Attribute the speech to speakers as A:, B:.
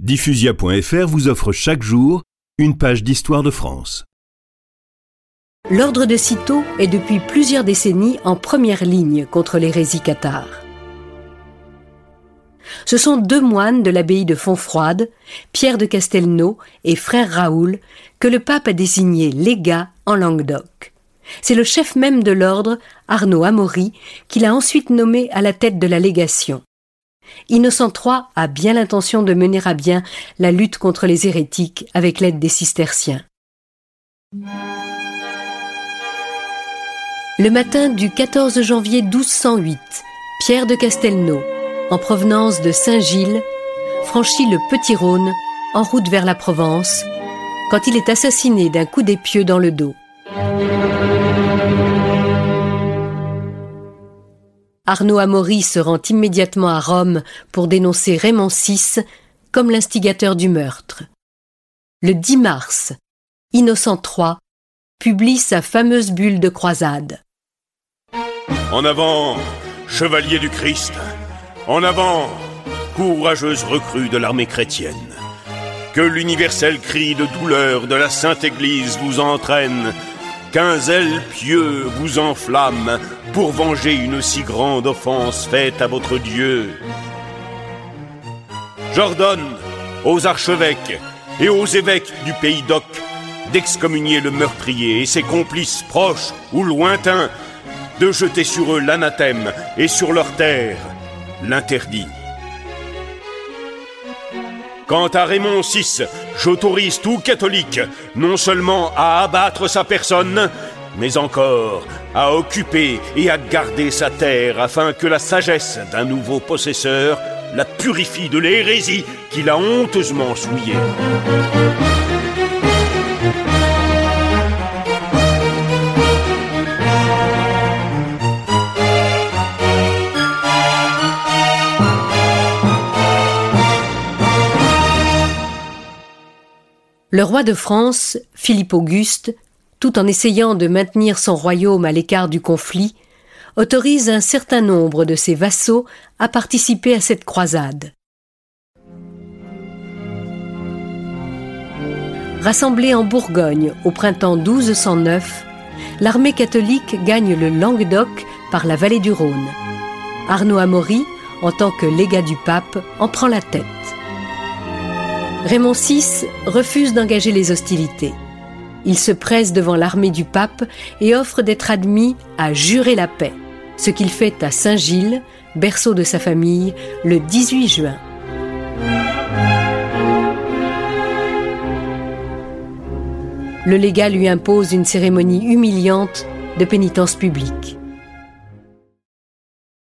A: Diffusia.fr vous offre chaque jour une page d'histoire de France.
B: L'ordre de Cîteaux est depuis plusieurs décennies en première ligne contre l'hérésie cathare. Ce sont deux moines de l'abbaye de Fontfroide, Pierre de Castelnau et frère Raoul, que le pape a désignés légats en Languedoc. C'est le chef même de l'ordre, Arnaud Amaury, qui l'a ensuite nommé à la tête de la légation. Innocent III a bien l'intention de mener à bien la lutte contre les hérétiques avec l'aide des cisterciens. Le matin du 14 janvier 1208, Pierre de Castelnau, en provenance de Saint-Gilles, franchit le Petit Rhône en route vers la Provence, quand il est assassiné d'un coup d'épieu dans le dos. Arnaud Amaury se rend immédiatement à Rome pour dénoncer Raymond VI comme l'instigateur du meurtre. Le 10 mars, Innocent III publie sa fameuse bulle de croisade.
C: En avant, chevalier du Christ. En avant, courageuse recrue de l'armée chrétienne. Que l'universel cri de douleur de la Sainte Église vous entraîne, qu'un zèle pieux vous enflamme pour venger une si grande offense faite à votre Dieu. J'ordonne aux archevêques et aux évêques du pays d'Oc d'excommunier le meurtrier et ses complices proches ou lointains, de jeter sur eux l'anathème et sur leur terre l'interdit. Quant à Raymond VI, j'autorise tout catholique non seulement à abattre sa personne, mais encore à occuper et à garder sa terre afin que la sagesse d'un nouveau possesseur la purifie de l'hérésie qui l'a honteusement souillée.
B: Le roi de France, Philippe Auguste, tout en essayant de maintenir son royaume à l'écart du conflit, autorise un certain nombre de ses vassaux à participer à cette croisade. Rassemblée en Bourgogne au printemps 1209, l'armée catholique gagne le Languedoc par la vallée du Rhône. Arnaud Amaury, en tant que légat du pape, en prend la tête. Raymond VI refuse d'engager les hostilités. Il se presse devant l'armée du pape et offre d'être admis à jurer la paix, ce qu'il fait à Saint-Gilles, berceau de sa famille, le 18 juin. Le légat lui impose une cérémonie humiliante de pénitence publique.